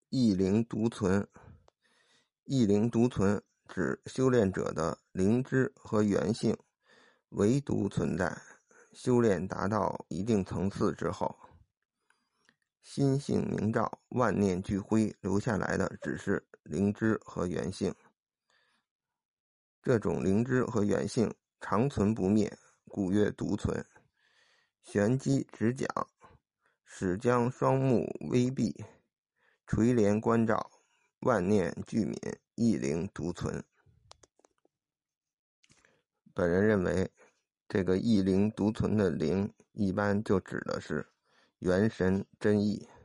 意灵独存。意灵独存指修炼者的灵知和元性唯独存在，修炼达到一定层次之后，心性明照，万念俱灰，留下来的只是灵知和元性。这种灵知和元性长存不灭，故曰独存。玄机直讲，始将双目微闭，垂帘观照，万念俱泯，意灵独存。本人认为，这个意灵独存的灵，一般就指的是元神真意。